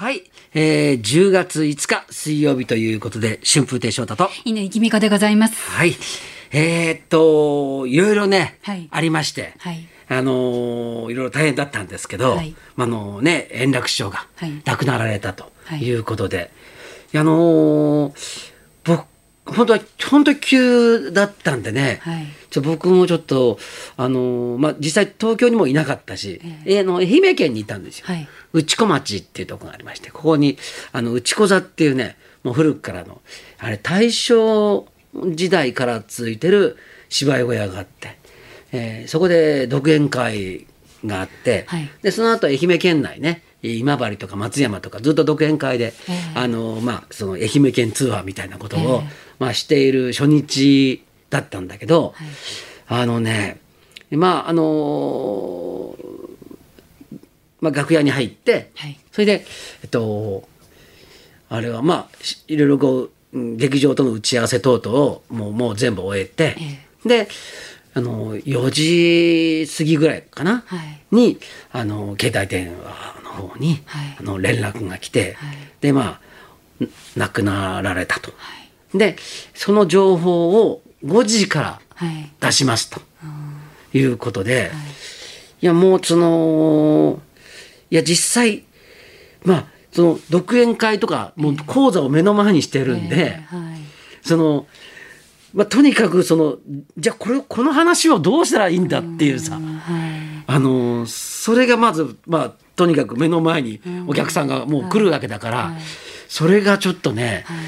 はい、10月5日水曜日ということで春風亭昇太と乾きみこでございます。 はい、いろいろね、 はい、 ありまして、 はい、 いろいろ大変だったんですけど、 はい、 円楽師匠が亡くなられたということで、僕本当に急だったんでね、はい、僕もちょっと実際東京にもいなかったし、愛媛県にいたんですよ、はい、内子町っていうところがありまして、ここに内子座っていうね、もう古くからのあれ大正時代から続いてる芝居小屋があって、そこで独演会があって、はい、でその後愛媛県内ね、今治とか松山とかずっと独演会で、その愛媛県ツアーみたいなことを、している初日だったんだけど、はい、楽屋に入って、はい、それであれはいろいろこう劇場との打ち合わせ等々をもう全部終えて、で4時過ぎぐらいかな、はい、に携帯電話の方に、はい、連絡が来て、はい、で亡くなられたと、はい、でその情報を5時から出しますと、いうことで、はい、いやもう実際その独演会とかもう講座を目の前にしてるんで、とにかくじゃあこの話をどうしたらいいんだっていうさ、はい、それがまずとにかく目の前にお客さんがもう来るわけだから、はいはい、それがちょっとね、はい、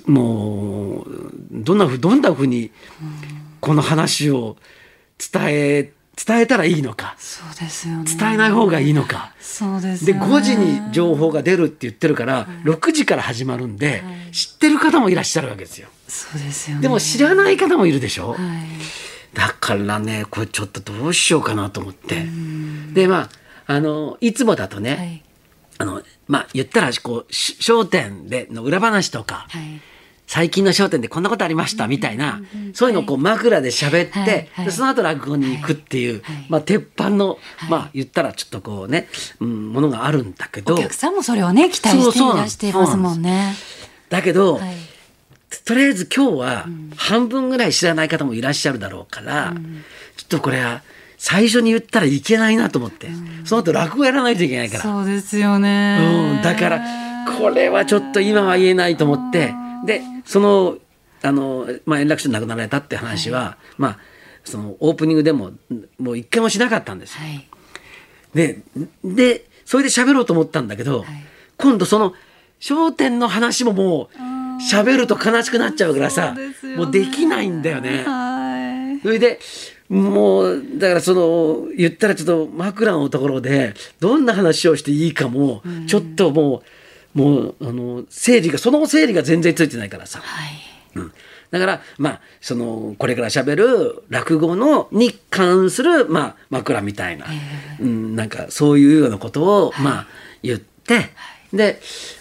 もうどんなふうにこの話を伝えたらいいのか、 そうですよね、 伝えない方がいいのか、 そうですよね、 で5時に情報が出るって言ってるから、はい、6時から始まるんで、はい、知ってる方もいらっしゃるわけですよ。 そうですよね。 でも知らない方もいるでしょ、 はい、 だからねこれちょっとどうしようかなと思って、でいつもだとね、はい、言ったらこう笑点での裏話とか、はい、最近の笑点でこんなことありましたみたいな、そういうのをこう枕で喋って、はいはい、でその後落語に行くっていう、はい、鉄板の、はい、言ったらちょっとこうね、ものがあるんだけど、 お客さんもそれをね期待していらしていますもんね。 だけど、はい、とりあえず今日は半分ぐらい知らない方もいらっしゃるだろうから、ちょっとこれは最初に言ったらいけないなと思って、その後落語やらないといけないから、 そうですよね、 だからこれはちょっと今は言えないと思って、で円楽師匠亡くなられたって話は、はい、そのオープニングでもう一回もしなかったんですよ、はい、でそれで喋ろうと思ったんだけど、はい、今度その笑点の話ももう喋ると悲しくなっちゃうからさ、もうできないんだよね、はい、それでもうだから言ったらちょっと枕のところでどんな話をしていいかもちょっともう整理が全然ついてないからさ、はい、だからこれから喋る落語に関する枕みたいな、なんかそういうようなことを言って、はい、で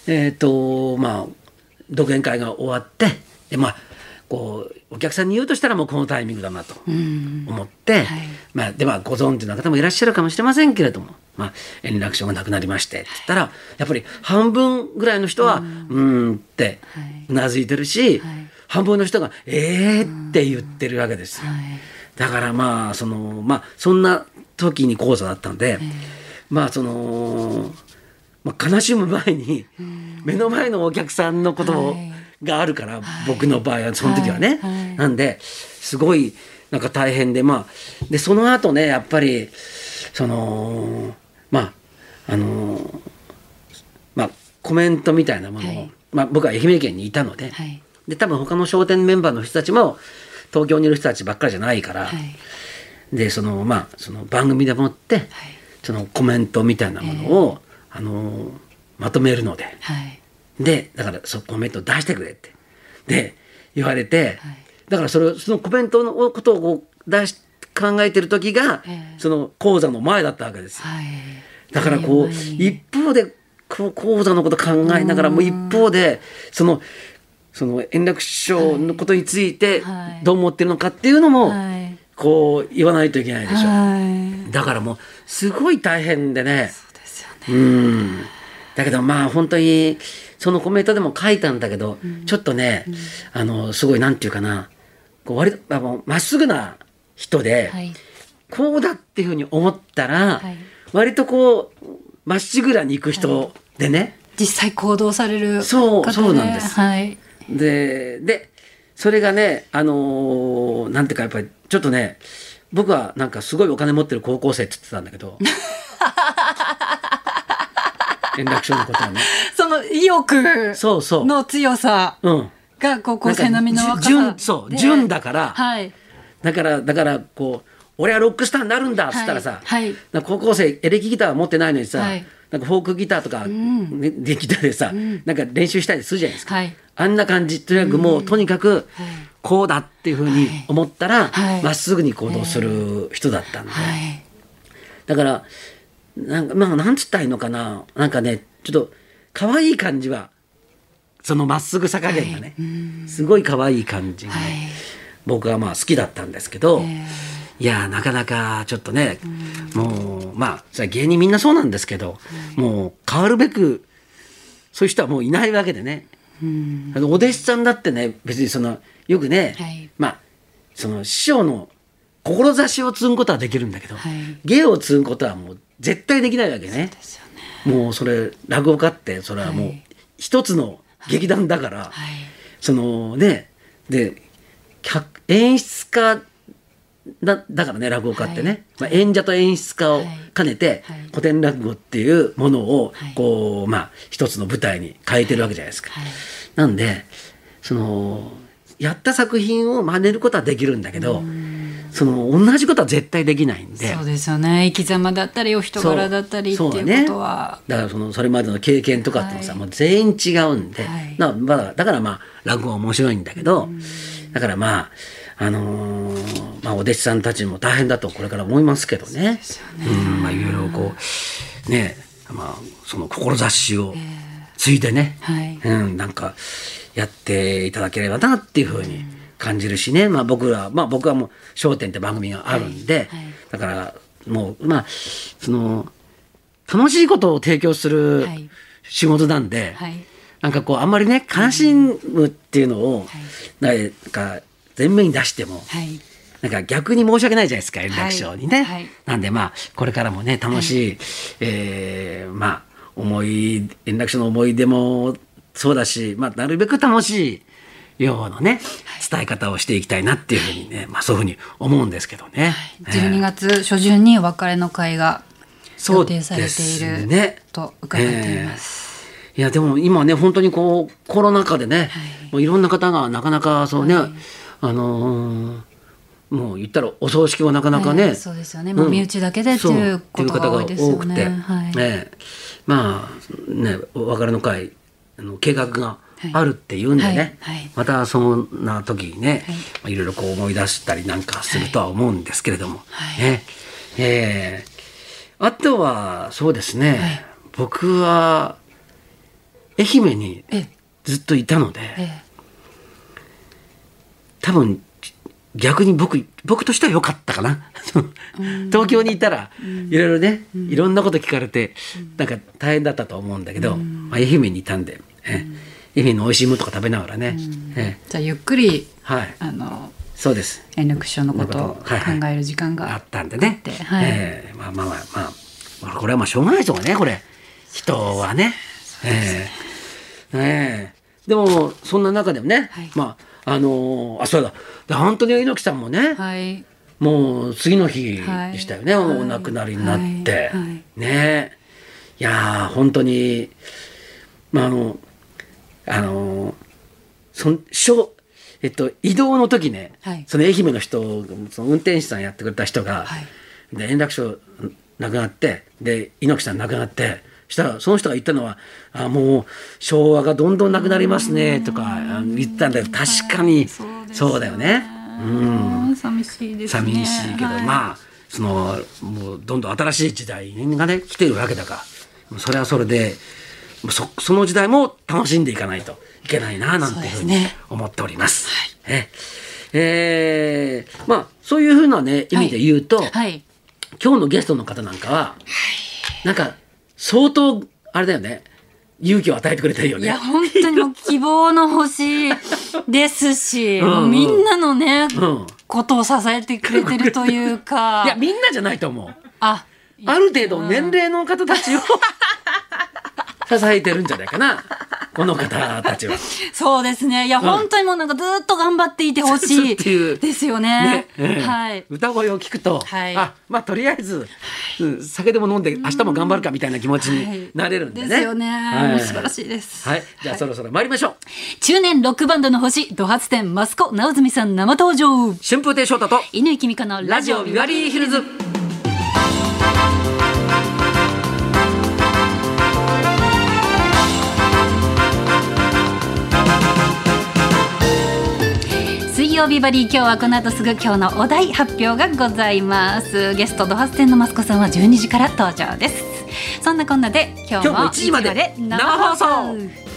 独演会が終わって、でこうお客さんに言うとしたらもうこのタイミングだなと思って、はい、でご存知の方もいらっしゃるかもしれませんけれども、円楽師匠が亡くなりましてって言ったら、やっぱり半分ぐらいの人はってうなずいてるし、はい、半分の人がって言ってるわけですよ、はい、だからそんな時に講座だったので、悲しむ前に目の前のお客さんのことがあるから、僕の場合はその時はね、なんですごいなんか大変で、でその後ねやっぱりコメントみたいなものを、僕は愛媛県にいたので、で多分他の笑点メンバーの人たちも東京にいる人たちばっかりじゃないから、でその番組でもって、そのコメントみたいなものを、まとめるので、でだからコメントを出してくれってで言われて、だからそのコメントのことを考えてる時が、その講座の前だったわけですよ、だからこう一方で講座のこと考えながらも一方でその円楽師匠のことについてどう思ってるのかっていうのもこう言わないといけないでしょ、だからもうすごい大変でね。 そうですよね。 だけどまあ本当にそのコメントでも書いたんだけど、ちょっとね、すごいなんていうかな、こう割とまっすぐな人で、こうだっていうふうに思ったら、割とこうまっしぐらに行く人でね、 実際行動される方で、 そうなんです。でそれがね、なんていうかやっぱりちょっとね、僕はなんかすごいお金持ってる高校生って言ってたんだけど円楽師匠のことはね、 その意欲の強さが高校生並みの若さで、 純だから、だからこう俺はロックスターになるんだっつったらさ、なんか高校生エレキギターは持ってないのにさ、なんかフォークギターとか、でギターでさ、なんか練習したりするじゃないですか、あんな感じ。とにかくもうとにかくこうだっていうふうに思ったらまっすぐに行動する人だったんで、だからなんかなんつったらいいのかな、なんかねちょっと可愛い感じは、そのまっすぐさ加減がね、すごい可愛い感じがね、僕はまあ好きだったんですけど、いやなかなかちょっとね、もうまあそれは芸人みんなそうなんですけど、もう変わるべくそういう人はもういないわけでね、お弟子さんだってね、別にそのよくね、まあその師匠の志を継ぐことはできるんだけど、芸を継ぐことはもう絶対できないわけね。もうそれ落語家ってそれはもう一つの劇団だから、そのねで演出家だからね、落語家ってね、演者と演出家を兼ねて古典落語っていうものをこうまあ一つの舞台に変えてるわけじゃないですか。なんでそのやった作品を真似ることはできるんだけど、その同じことは絶対できないんで。 そうですよね。生き様だったりお人柄だったりっていうことは、 だからそれまでの経験とかってもさ、もう全員違うんで、だからまあ落語は面白いんだけど、だからまあまあお弟子さんたちも大変だとこれから思いますけどね。まあいろいろこうね、まあその志を継いでね、なんかやっていただければなっていうふうに感じるしね。まあ僕はもう『笑点』って番組があるんで、だからもうまあその楽しいことを提供する仕事なんで、なんかこうあんまりね悲しむっていうのをなんか前面に出しても、なんか逆に申し訳ないじゃないですか、円楽師匠にね。なんでまあこれからもね楽しい、まあ円楽師匠の思い出もそうだし、まあなるべく楽しいようなね伝え方をしていきたいなっていうふうにね、まあそういうふうに思うんですけどね。 12月初旬にお別れの会が予定されていると伺っています。 いやでも今ね本当にこうコロナ禍でね、もういろんな方がなかなかそうね、もう言ったらお葬式はなかなかね、 そうですよね、もう身内だけでっていうことが多いですよね。 まあねお別れの会計画があるっていうんでね、またそんな時にね、いろいろこう思い出したりなんかするとは思うんですけれども、あとはそうですね、僕は愛媛にずっといたので、多分逆に僕としては良かったかな東京にいたらいろいろね、いろんなこと聞かれてなんか大変だったと思うんだけど、愛媛にいたんで、愛媛の美味しいものとか食べながらね、 じゃあゆっくり、 そうです円楽師匠のことを考える時間があったんでね、まあこれはまあしょうがないですよね、これ人はね。でもそんな中でもね、まあそうだ、で本当に猪木さんもね、もう次の日でしたよね、お亡くなりになってね。いや本当に移動の時ね、その愛媛の人、その運転手さんやってくれた人が、で円楽師匠亡くなって、で猪木さん亡くなって、したらその人が言ったのはもう昭和がどんどんなくなりますねとか言ったんだけど、確かにそうだよね。 寂しいですね。 寂しいけど、まあもうどんどん新しい時代がね来てるわけだから、それはそれでその時代も楽しんでいかないといけないななんていうふうに思っております。まあそういうふうなね意味で言うと、今日のゲストの方なんかはなんか相当あれだよね、 勇気を与えてくれてるよね。 いや本当にもう希望の星ですし、もうみんなのね、ことを支えてくれてるというか。 いやみんなじゃないと思う。 ある程度年齢の方たちを支えてるんじゃないかな、この方たちは。 そうですね。いや、本当にもうなんかずっと頑張っていてほしいですよね。はい。 歌声を聞くと、まあとりあえず、酒でも飲んで明日も頑張るかみたいな気持ちになれるんでね。 ですよね。もう素晴らしいです。 はい。じゃあそろそろ参りましょう。 中年ロックバンドの星、ド発展益子直澄さん生登場。 春風亭昇太と乾きみかのラジオビバリーヒルズ。 水曜ビバリー、今日はこの後すぐ今日のお題発表がございます。ゲストド発展の益子さんは12時から登場です。そんなこんなで今日も1時まで生放送。